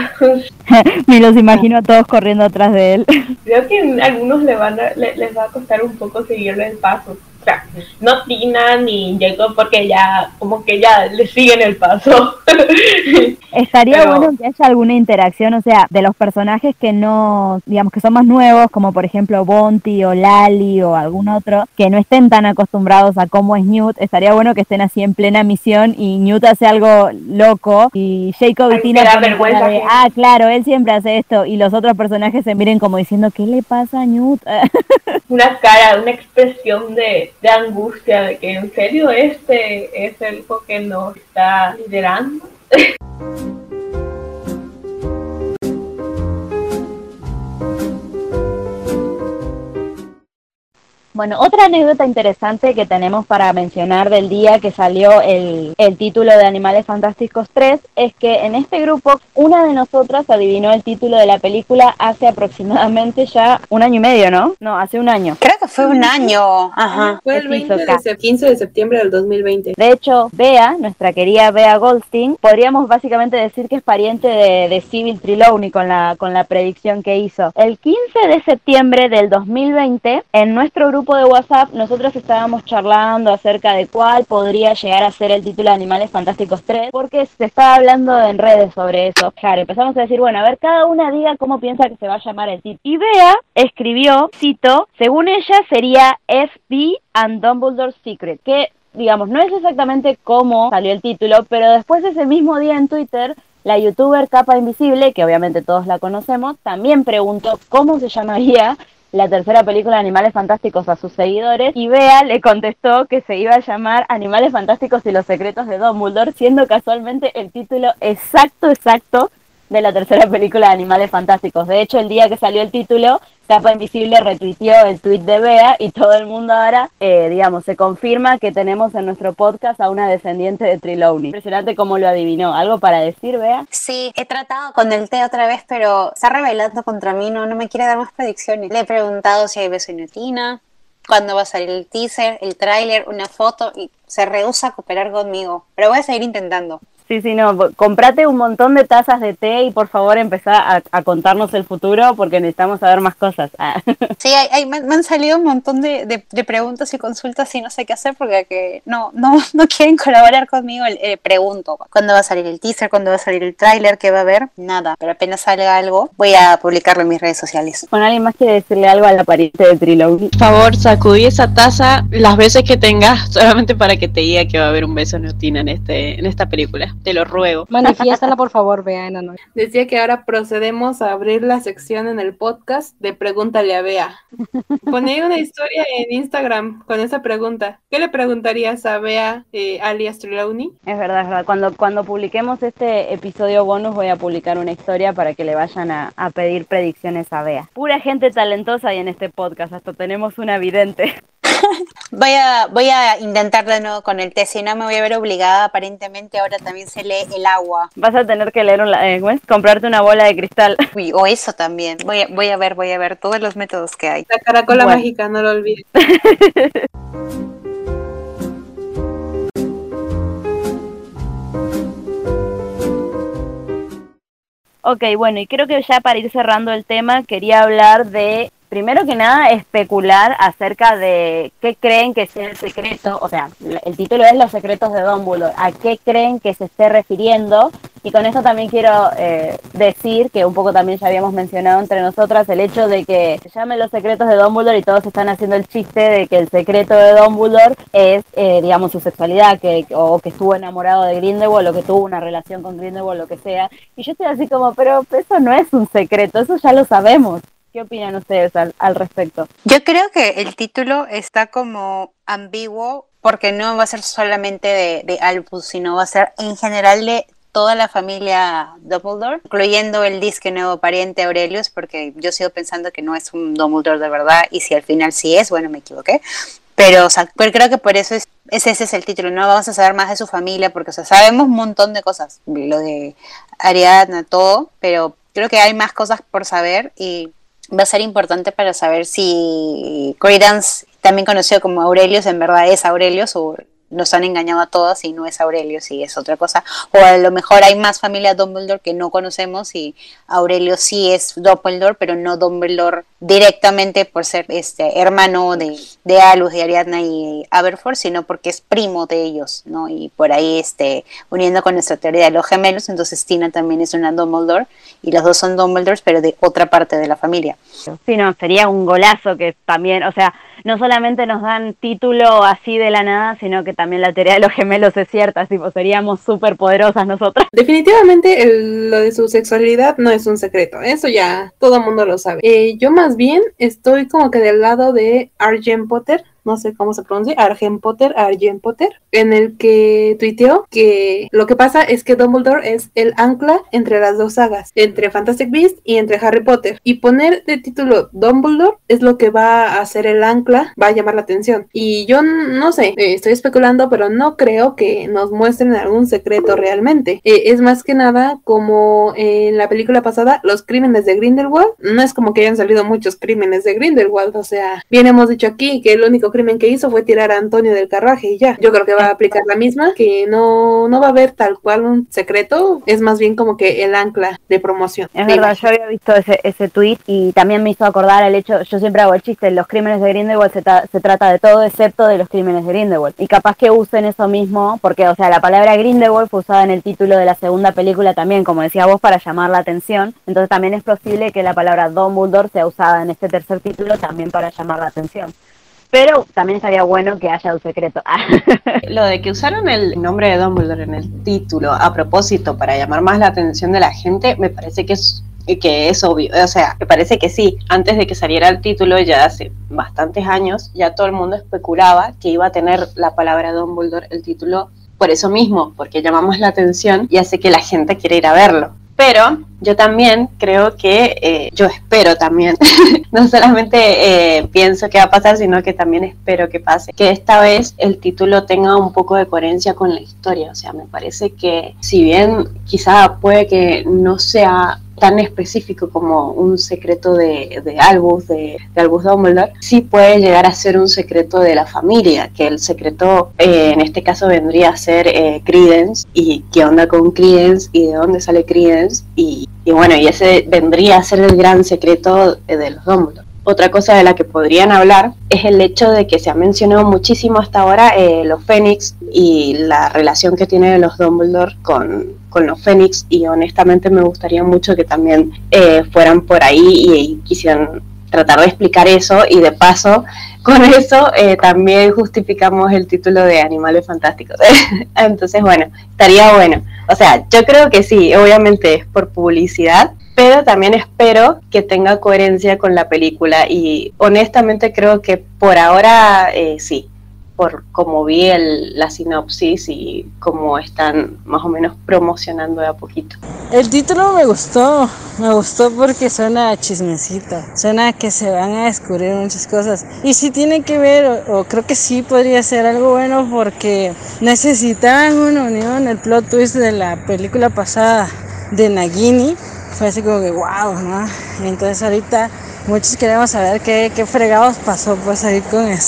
Me los imagino a todos corriendo atrás de él. Creo que a algunos les va a costar un poco seguirle el paso. O sea, no Tina ni Jacob porque ya le siguen el paso. Estaría bueno que haya alguna interacción, o sea, de los personajes que no, digamos que son más nuevos, como por ejemplo Bunty o Lali o algún otro, que no estén tan acostumbrados a cómo es Newt. Estaría bueno que estén así en plena misión y Newt hace algo loco y Jacob y Tina claro, él siempre hace esto, y los otros personajes se miren como diciendo, ¿qué le pasa a Newt? Una expresión de angustia, de que en serio este es el hijo que nos está liderando. Bueno, otra anécdota interesante que tenemos para mencionar del día que salió el título de Animales Fantásticos 3 es que en este grupo una de nosotras adivinó el título de la película hace aproximadamente ya 1 año y medio, ¿no? No, hace 1 año. Creo que fue un año. Ajá. Fue el 15 de septiembre del 2020. De hecho, Bea, nuestra querida Bea Goldstein, podríamos básicamente decir que es pariente de Sybil Trelawney con la predicción que hizo. El 15 de septiembre del 2020, en nuestro grupo de WhatsApp, nosotros estábamos charlando acerca de cuál podría llegar a ser el título de Animales Fantásticos 3, porque se estaba hablando en redes sobre eso. Claro, empezamos a decir, bueno, a ver, cada una diga cómo piensa que se va a llamar el título. Y Bea escribió, cito, según ella sería FB and Dumbledore's Secret, que, digamos, no es exactamente cómo salió el título, pero después ese mismo día en Twitter, la youtuber Capa Invisible, que obviamente todos la conocemos, también preguntó cómo se llamaría la tercera película de Animales Fantásticos a sus seguidores, y Bea le contestó que se iba a llamar Animales Fantásticos y los secretos de Dumbledore, siendo casualmente el título exacto de la tercera película de Animales Fantásticos. De hecho, el día que salió el título, Capa Invisible retuiteó el tweet de Bea y todo el mundo ahora, digamos, se confirma que tenemos en nuestro podcast a una descendiente de Trelawney. Impresionante cómo lo adivinó. ¿Algo para decir, Bea? Sí, he tratado con el té otra vez, pero está rebelando contra mí, no me quiere dar más predicciones. Le he preguntado si hay beso en Tina, cuándo va a salir el teaser, el tráiler, una foto, y se rehúsa a cooperar conmigo. Pero voy a seguir intentando. Sí, no, comprate un montón de tazas de té y por favor empezá a contarnos el futuro porque necesitamos saber más cosas. Sí, me han salido un montón de preguntas y consultas y no sé qué hacer porque no quieren colaborar conmigo. Pregunto, ¿cuándo va a salir el teaser? ¿Cuándo va a salir el tráiler? ¿Qué va a haber? Nada, pero apenas salga algo voy a publicarlo en mis redes sociales. Bueno, ¿alguien más quiere decirle algo a la pariente de Trelawney? Por favor, sacudí esa taza las veces que tengas solamente para que te diga que va a haber un beso en Tina en esta película. Te lo ruego. Manifiéstala, por favor, Bea, en la noche. Decía que ahora procedemos a abrir la sección en el podcast de Pregúntale a Bea. Poné una historia en Instagram con esa pregunta. ¿Qué le preguntarías a Bea, alias Trelawney? Es verdad. Cuando publiquemos este episodio bonus voy a publicar una historia para que le vayan a pedir predicciones a Bea. Pura gente talentosa hay en este podcast, hasta tenemos una vidente. Voy a intentar de nuevo con el té, si no me voy a ver obligada. Aparentemente ahora también se lee el agua. Vas a tener que leer comprarte una bola de cristal. Uy, o eso también. Voy a ver todos los métodos que hay. La caracola mágica, no lo olvides. Ok, bueno, y creo que ya para ir cerrando el tema quería hablar de, primero que nada, especular acerca de qué creen que sea el secreto. O sea, el título es Los secretos de Dumbledore. ¿A qué creen que se esté refiriendo? Y con eso también quiero decir que un poco también ya habíamos mencionado entre nosotras el hecho de que se llamen Los secretos de Dumbledore y todos están haciendo el chiste de que el secreto de Dumbledore es, digamos, su sexualidad, o que estuvo enamorado de Grindelwald, o que tuvo una relación con Grindelwald, lo que sea. Y yo estoy así como, pero eso no es un secreto, eso ya lo sabemos. ¿Qué opinan ustedes al respecto? Yo creo que el título está como ambiguo porque no va a ser solamente de Albus, sino va a ser en general de toda la familia Dumbledore, incluyendo el disque nuevo pariente Aurelius, porque yo sigo pensando que no es un Dumbledore de verdad, y si al final sí es, bueno, me equivoqué. Pero, o sea, creo que por eso ese es el título, no vamos a saber más de su familia, porque, o sea, sabemos un montón de cosas, lo de Ariadna, todo, pero creo que hay más cosas por saber y va a ser importante para saber si Credence, también conocido como Aurelius, en verdad es Aurelius o nos han engañado a todos y no es Aurelius y es otra cosa, o a lo mejor hay más familias Dumbledore que no conocemos y Aurelius sí es Dumbledore, pero no Dumbledore directamente por ser hermano de Albus, de Ariadna y Aberforth, sino porque es primo de ellos, ¿no? Y por ahí uniendo con nuestra teoría de los gemelos, entonces Tina también es una Dumbledore y los dos son Dumbledores, pero de otra parte de la familia. Sí, no, sería un golazo que también, o sea, no solamente nos dan título así de la nada, sino que también la teoría de los gemelos es cierta, tipo, seríamos súper poderosas nosotras. Definitivamente lo de su sexualidad no es un secreto, eso ya todo el mundo lo sabe. Yo más bien estoy como que del lado de Arjen Potter, no sé cómo se pronuncia, Argent Potter, en el que tuiteó que lo que pasa es que Dumbledore es el ancla entre las dos sagas, entre Fantastic Beasts y entre Harry Potter, y poner de título Dumbledore es lo que va a hacer el ancla, va a llamar la atención. Y yo no sé, estoy especulando, pero no creo que nos muestren algún secreto realmente. Es más que nada como en la película pasada, los crímenes de Grindelwald, no es como que hayan salido muchos crímenes de Grindelwald, o sea, bien hemos dicho aquí que el único crimen que hizo fue tirar a Antonio del carruaje y ya. Yo creo que va a aplicar la misma, que no va a haber tal cual un secreto, es más bien como que el ancla de promoción. Es verdad, yo había visto ese tweet y también me hizo acordar al hecho, yo siempre hago el chiste, los crímenes de Grindelwald se trata de todo excepto de los crímenes de Grindelwald, y capaz que usen eso mismo, porque o sea, la palabra Grindelwald fue usada en el título de la segunda película también, como decía vos, para llamar la atención, entonces también es posible que la palabra Dumbledore sea usada en este tercer título también para llamar la atención. Pero también estaría bueno que haya un secreto. Lo de que usaron el nombre de Dumbledore en el título a propósito para llamar más la atención de la gente, me parece que es obvio. O sea, me parece que sí. Antes de que saliera el título, ya hace bastantes años, ya todo el mundo especulaba que iba a tener la palabra Dumbledore el título por eso mismo, porque llamamos la atención y hace que la gente quiera ir a verlo. Pero yo también creo que, yo espero también, no solamente pienso que va a pasar, sino que también espero que pase, que esta vez el título tenga un poco de coherencia con la historia. O sea, me parece que si bien quizá puede que no sea tan específico como un secreto de Albus Dumbledore, sí puede llegar a ser un secreto de la familia, que el secreto en este caso vendría a ser Credence, y qué onda con Credence y de dónde sale Credence, y bueno, y ese vendría a ser el gran secreto de los Dumbledore. Otra cosa de la que podrían hablar es el hecho de que se ha mencionado muchísimo hasta ahora los Fénix y la relación que tienen los Dumbledore con los Fénix, y honestamente me gustaría mucho que también fueran por ahí y quisieran tratar de explicar eso, y de paso con eso también justificamos el título de Animales Fantásticos. Entonces bueno, estaría bueno. O sea, yo creo que sí, obviamente es por publicidad, pero también espero que tenga coherencia con la película, y honestamente creo que por ahora sí, por como vi la sinopsis y cómo están más o menos promocionando de a poquito. El título me gustó porque suena a chismecito, suena a que se van a descubrir muchas cosas, y sí tiene que ver, o creo que sí podría ser algo bueno, porque necesitaban una unión. El plot twist de la película pasada de Nagini fue así como que wow, ¿no? Entonces ahorita muchos queremos saber qué fregados pasó pues ahí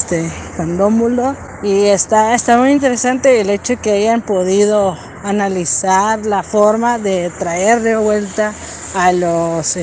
con Dumbledore, y está muy interesante el hecho de que hayan podido analizar la forma de traer de vuelta a los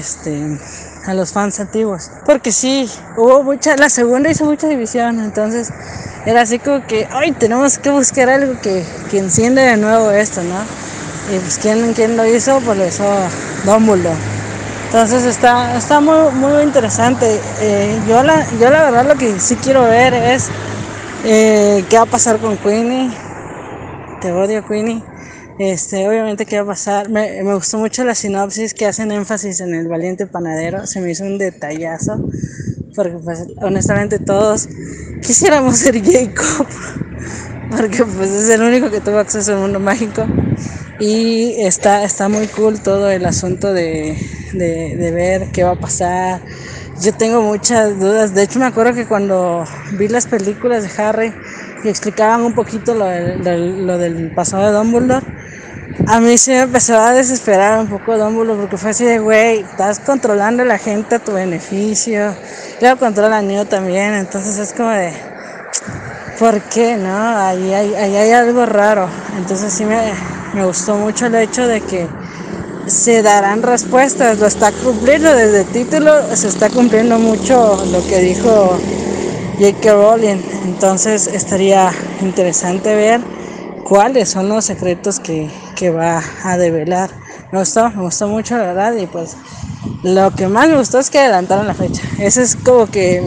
fans antiguos, porque sí, la segunda hizo mucha división, entonces era así como que hoy tenemos que buscar algo que enciende de nuevo esto, ¿no? Y pues ¿quién lo hizo? Pues lo hizo Dumbledore. Entonces está muy interesante. Yo la verdad lo que sí quiero ver es qué va a pasar con Queenie. Te odio, Queenie. Obviamente qué va a pasar. Me gustó mucho la sinopsis que hacen énfasis en el valiente panadero. Se me hizo un detallazo, porque pues honestamente todos quisiéramos ser Jacob, porque pues es el único que tuvo acceso al mundo mágico. Y está muy cool todo el asunto de ver qué va a pasar. Yo tengo muchas dudas. De hecho, me acuerdo que cuando vi las películas de Harry y explicaban un poquito lo del pasado de Dumbledore, a mí se me empezó a desesperar un poco Dumbledore, porque fue así de, güey, estás controlando a la gente a tu beneficio, luego controla a Neo también, entonces es como de, ¿por qué, no? Ahí hay algo raro. Entonces sí me gustó mucho el hecho de que se darán respuestas, lo está cumpliendo desde el título, se está cumpliendo mucho lo que dijo J.K. Rowling, entonces estaría interesante ver cuáles son los secretos que va a develar. Me gustó mucho, la verdad, y pues lo que más me gustó es que adelantaron la fecha. Ese es como que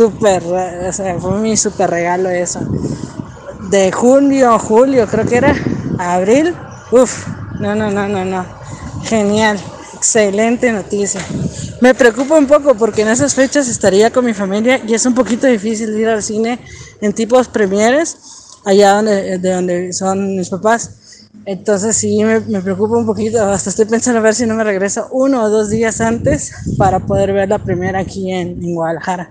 fue mi super regalo eso. De julio, creo que era, a abril, no. Genial, excelente noticia. Me preocupa un poco porque en esas fechas estaría con mi familia y es un poquito difícil ir al cine en tipos premieres, allá de donde son mis papás. Entonces sí me preocupa un poquito, hasta estoy pensando a ver si no me regreso 1 o 2 días antes para poder ver la premiere aquí en Guadalajara.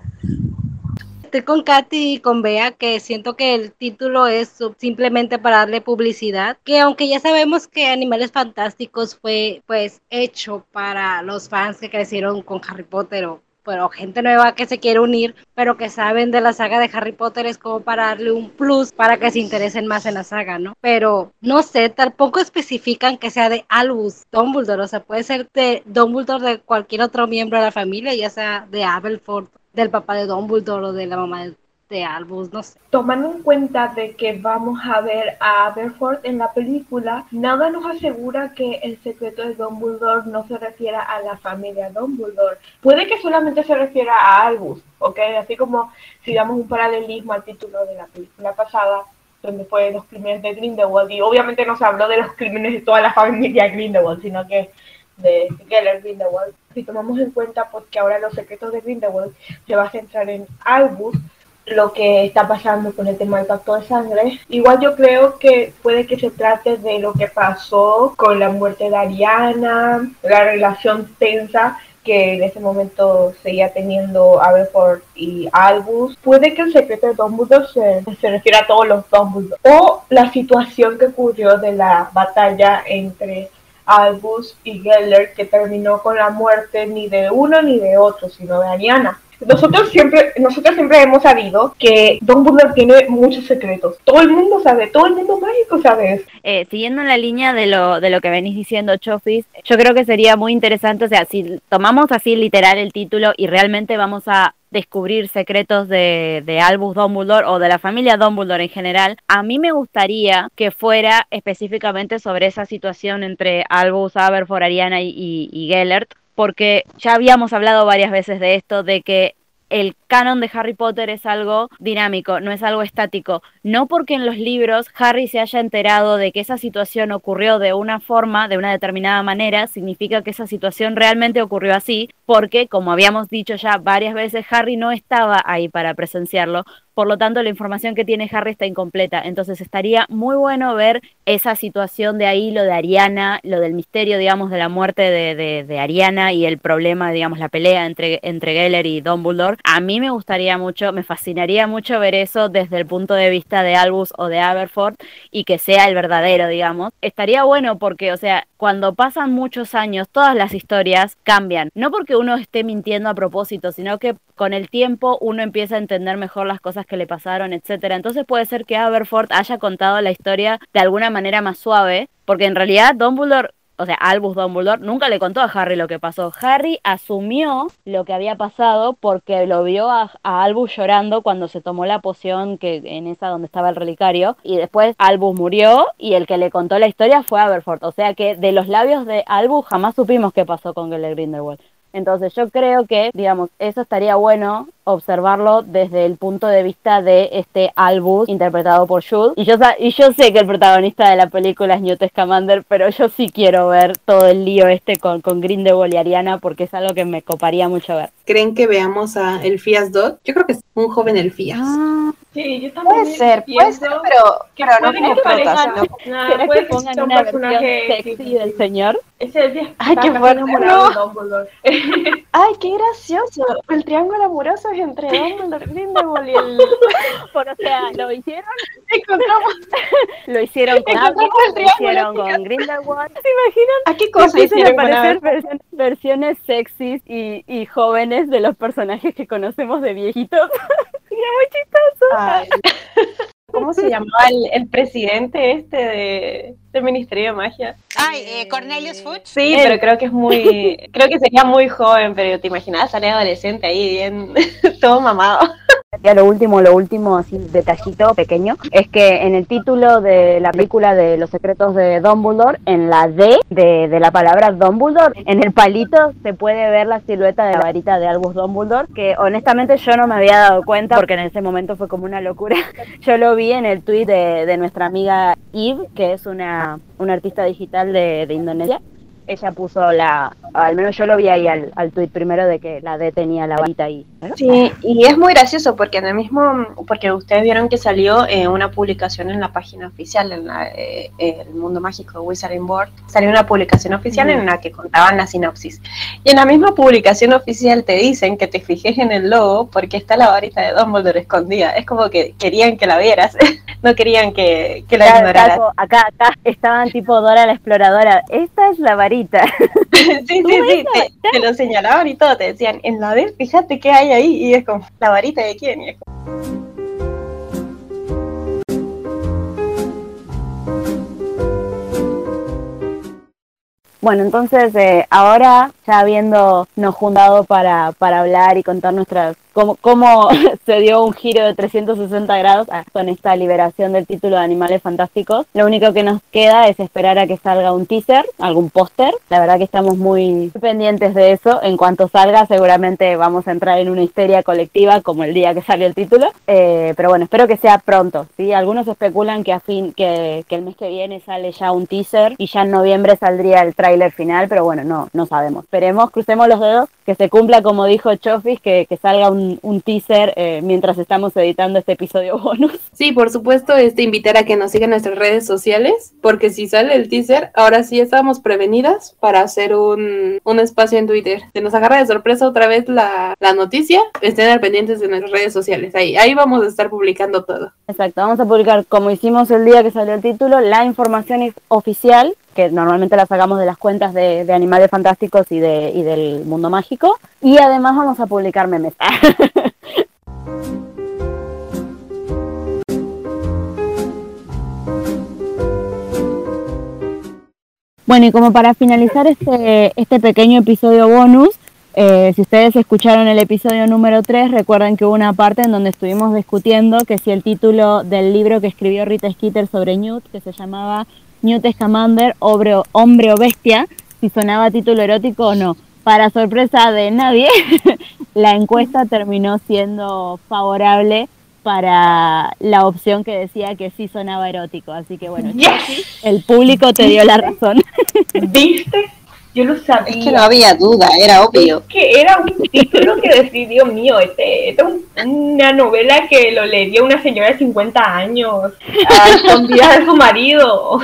Estoy con Katy y con Bea, que siento que el título es simplemente para darle publicidad, que aunque ya sabemos que Animales Fantásticos fue pues hecho para los fans que crecieron con Harry Potter pero gente nueva que se quiere unir, pero que saben de la saga de Harry Potter, es como para darle un plus para que se interesen más en la saga, ¿no? Pero no sé, tampoco especifican que sea de Albus Dumbledore, o sea, puede ser de Dumbledore, de cualquier otro miembro de la familia, ya sea de Aberforth, del papá de Dumbledore o de la mamá de Albus, no sé. Tomando en cuenta de que vamos a ver a Aberforth en la película, nada nos asegura que el secreto de Dumbledore no se refiera a la familia Dumbledore. Puede que solamente se refiera a Albus, ¿ok? Así como si damos un paralelismo al título de la película pasada, donde fue los crímenes de Grindelwald, y obviamente no se habló de los crímenes de toda la familia Grindelwald, sino que de Gellert Grindelwald. Si tomamos en cuenta porque ahora los secretos de Grindelwald se va a centrar en Albus, lo que está pasando con el tema del pacto de sangre, igual yo creo que puede que se trate de lo que pasó con la muerte de Ariana, la relación tensa que en ese momento seguía teniendo Aberforth y Albus. Puede que el secreto de Dumbledore se refiera a todos los Dumbledore, o la situación que ocurrió de la batalla entre Albus y Gellert, que terminó con la muerte ni de uno ni de otro, sino de Ariana. Nosotros siempre hemos sabido que Dumbledore tiene muchos secretos. Todo el mundo sabe, todo el mundo mágico sabe eso. Siguiendo en la línea de lo que venís diciendo, Chofis, yo creo que sería muy interesante, o sea, si tomamos así literal el título y realmente vamos a descubrir secretos de Albus Dumbledore o de la familia Dumbledore en general, a mí me gustaría que fuera específicamente sobre esa situación entre Albus, Aberforth, Ariana y Gellert, porque ya habíamos hablado varias veces de esto, de que el canon de Harry Potter es algo dinámico, no es algo estático. No porque en los libros Harry se haya enterado de que esa situación ocurrió de una forma, de una determinada manera, significa que esa situación realmente ocurrió así, porque, como habíamos dicho ya varias veces, Harry no estaba ahí para presenciarlo. Por lo tanto, la información que tiene Harry está incompleta. Entonces estaría muy bueno ver esa situación de ahí, lo de Ariana, lo del misterio, digamos, de la muerte de Ariana y el problema, digamos, la pelea entre Gellert y Dumbledore. A mí me gustaría mucho, me fascinaría mucho ver eso desde el punto de vista de Albus o de Aberforth y que sea el verdadero, digamos. Estaría bueno porque, o sea, cuando pasan muchos años, todas las historias cambian. No porque uno esté mintiendo a propósito, sino que con el tiempo uno empieza a entender mejor las cosas que le pasaron, etcétera. Entonces puede ser que Aberforth haya contado la historia de alguna manera más suave, porque en realidad Dumbledore, o sea, Albus Dumbledore, nunca le contó a Harry lo que pasó. Harry asumió lo que había pasado porque lo vio a Albus llorando cuando se tomó la poción que en esa donde estaba el relicario, y después Albus murió y el que le contó la historia fue Aberforth. O sea que de los labios de Albus jamás supimos qué pasó con Gellert Grindelwald. Entonces yo creo que, digamos, eso estaría bueno observarlo desde el punto de vista de este Albus interpretado por Jude. Y yo sé que el protagonista de la película es Newt Scamander, pero yo sí quiero ver todo el lío con Grindelwald y Ariana, porque es algo que me coparía mucho ver. ¿Creen que veamos a Elfías Dodd? Yo creo que es un joven Elfías. Sí, yo también puede ser, pero no como prota, sino puede que pongan sea un una personaje versión sexy del señor. Es el viejo. Ay, qué fuerte. Enamorado de Dumbledore. Ay, qué gracioso. El triángulo amoroso es entre Dumbledore, Grindelwald y el... O sea, lo hicieron. Encontramos. Lo hicieron con Albus, lo hicieron con Grindelwald. ¿Se imaginan? ¿A qué cosa hicieron con aparecer versiones sexys y jóvenes de los personajes que conocemos de viejitos? Sería muy chistoso. Ay. ¿Cómo se llamaba el presidente del Ministerio de Magia? Ay, Cornelius Fudge. Sí, pero creo que sería muy joven, pero te imaginas, sale adolescente ahí bien, todo mamado. Ya lo último, así detallito pequeño, es que en el título de la película de Los secretos de Dumbledore, en la D de la palabra Dumbledore, en el palito se puede ver la silueta de la varita de Albus Dumbledore, que honestamente yo no me había dado cuenta porque en ese momento fue como una locura. Yo lo vi en el tweet de nuestra amiga Eve, que es una artista digital de Indonesia. ella puso al menos yo lo vi ahí al tuit primero de que la D tenía la varita ahí. Sí, y es muy gracioso porque porque ustedes vieron que salió una publicación en la página oficial, en el Mundo Mágico Wizarding Board, salió una publicación oficial en la que contaban la sinopsis. Y en la misma publicación oficial te dicen que te fijes en el logo porque está la varita de Dumbledore escondida. Es como que querían que la vieras, no querían que la ignoraras. Acá estaban tipo Dora la exploradora, esta es la varita. Sí, te lo señalaban y todo, te decían, en la D, fíjate qué hay ahí, y es como, ¿la varita de quién? Y es como... Bueno, entonces ahora ya habiéndonos juntado para hablar y contar cómo se dio un giro de 360 grados con esta liberación del título de Animales Fantásticos, lo único que nos queda es esperar a que salga un teaser, algún póster. La verdad que estamos muy pendientes de eso. En cuanto salga seguramente vamos a entrar en una histeria colectiva como el día que salió el título, pero bueno, espero que sea pronto, ¿sí? Algunos especulan que que el mes que viene sale ya un teaser y ya en noviembre saldría el tráiler final, pero bueno, no sabemos. Esperemos, crucemos los dedos, que se cumpla como dijo Chofis, que salga un teaser mientras estamos editando este episodio bonus. Sí, por supuesto, invitar a que nos sigan en nuestras redes sociales, porque si sale el teaser, ahora sí estamos prevenidas para hacer un espacio en Twitter. Se nos agarra de sorpresa otra vez la noticia, estén al pendientes de nuestras redes sociales, ahí vamos a estar publicando todo. Exacto, vamos a publicar, como hicimos el día que salió el título, la información oficial, que normalmente la sacamos de las cuentas de Animales Fantásticos y del Mundo Mágico, y además vamos a publicar memes. Bueno, y como para finalizar este pequeño episodio bonus, si ustedes escucharon el episodio número 3, recuerden que hubo una parte en donde estuvimos discutiendo que si el título del libro que escribió Rita Skeeter sobre Newt, que se llamaba Newt Scamander, hombre o bestia, si sonaba título erótico o no. Para sorpresa de nadie, la encuesta terminó siendo favorable para la opción que decía que sí sonaba erótico. Así que bueno, yes. El público te dio la razón. ¿Viste? Yo lo sabía. Es que no había duda, era obvio. Es que era un título que decía, Dios mío, esta es una novela que lo leería una señora de 50 años, a escondidas de su marido.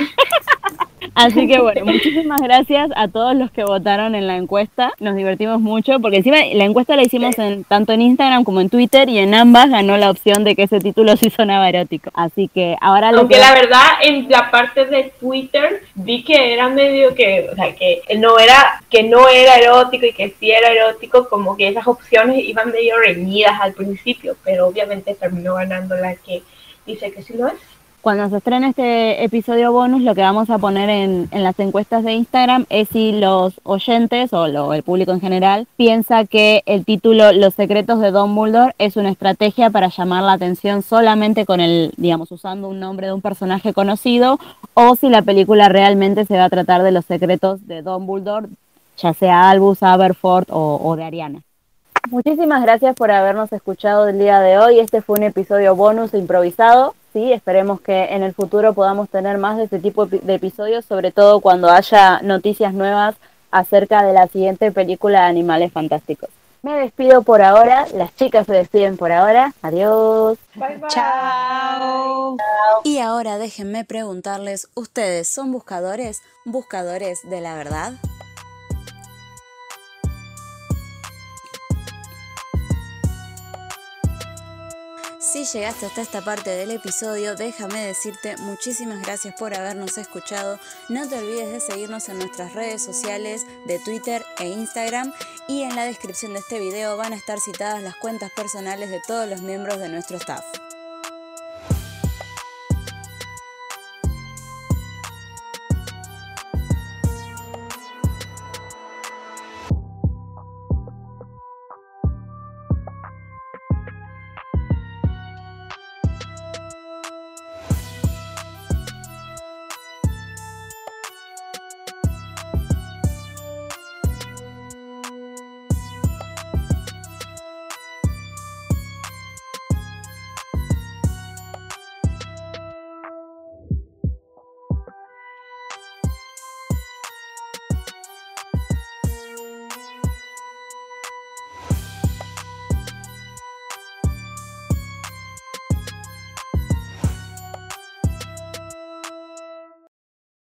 Así que bueno, muchísimas gracias a todos los que votaron en la encuesta. Nos divertimos mucho porque encima la encuesta la hicimos tanto en Instagram como en Twitter, y en ambas ganó la opción de que ese título sí sonaba erótico. Así que ahora aunque la verdad en la parte de Twitter vi que era medio que, o sea, que no era erótico y que sí era erótico, como que esas opciones iban medio reñidas al principio, pero obviamente terminó ganando la que dice que sí lo es. Cuando se estrene este episodio bonus, lo que vamos a poner en las encuestas de Instagram es si los oyentes o el público en general piensa que el título Los secretos de Dumbledore es una estrategia para llamar la atención solamente con usando un nombre de un personaje conocido, o si la película realmente se va a tratar de los secretos de Dumbledore, ya sea Albus, Aberforth o de Ariana. Muchísimas gracias por habernos escuchado el día de hoy. Este fue un episodio bonus improvisado. Sí, esperemos que en el futuro podamos tener más de este tipo de episodios, sobre todo cuando haya noticias nuevas acerca de la siguiente película de Animales Fantásticos. Me despido por ahora, las chicas se despiden por ahora. Adiós. Bye, bye. Chao. Y ahora déjenme preguntarles, ¿ustedes son buscadores de la verdad? Si llegaste hasta esta parte del episodio, déjame decirte muchísimas gracias por habernos escuchado. No te olvides de seguirnos en nuestras redes sociales de Twitter e Instagram, y en la descripción de este video van a estar citadas las cuentas personales de todos los miembros de nuestro staff.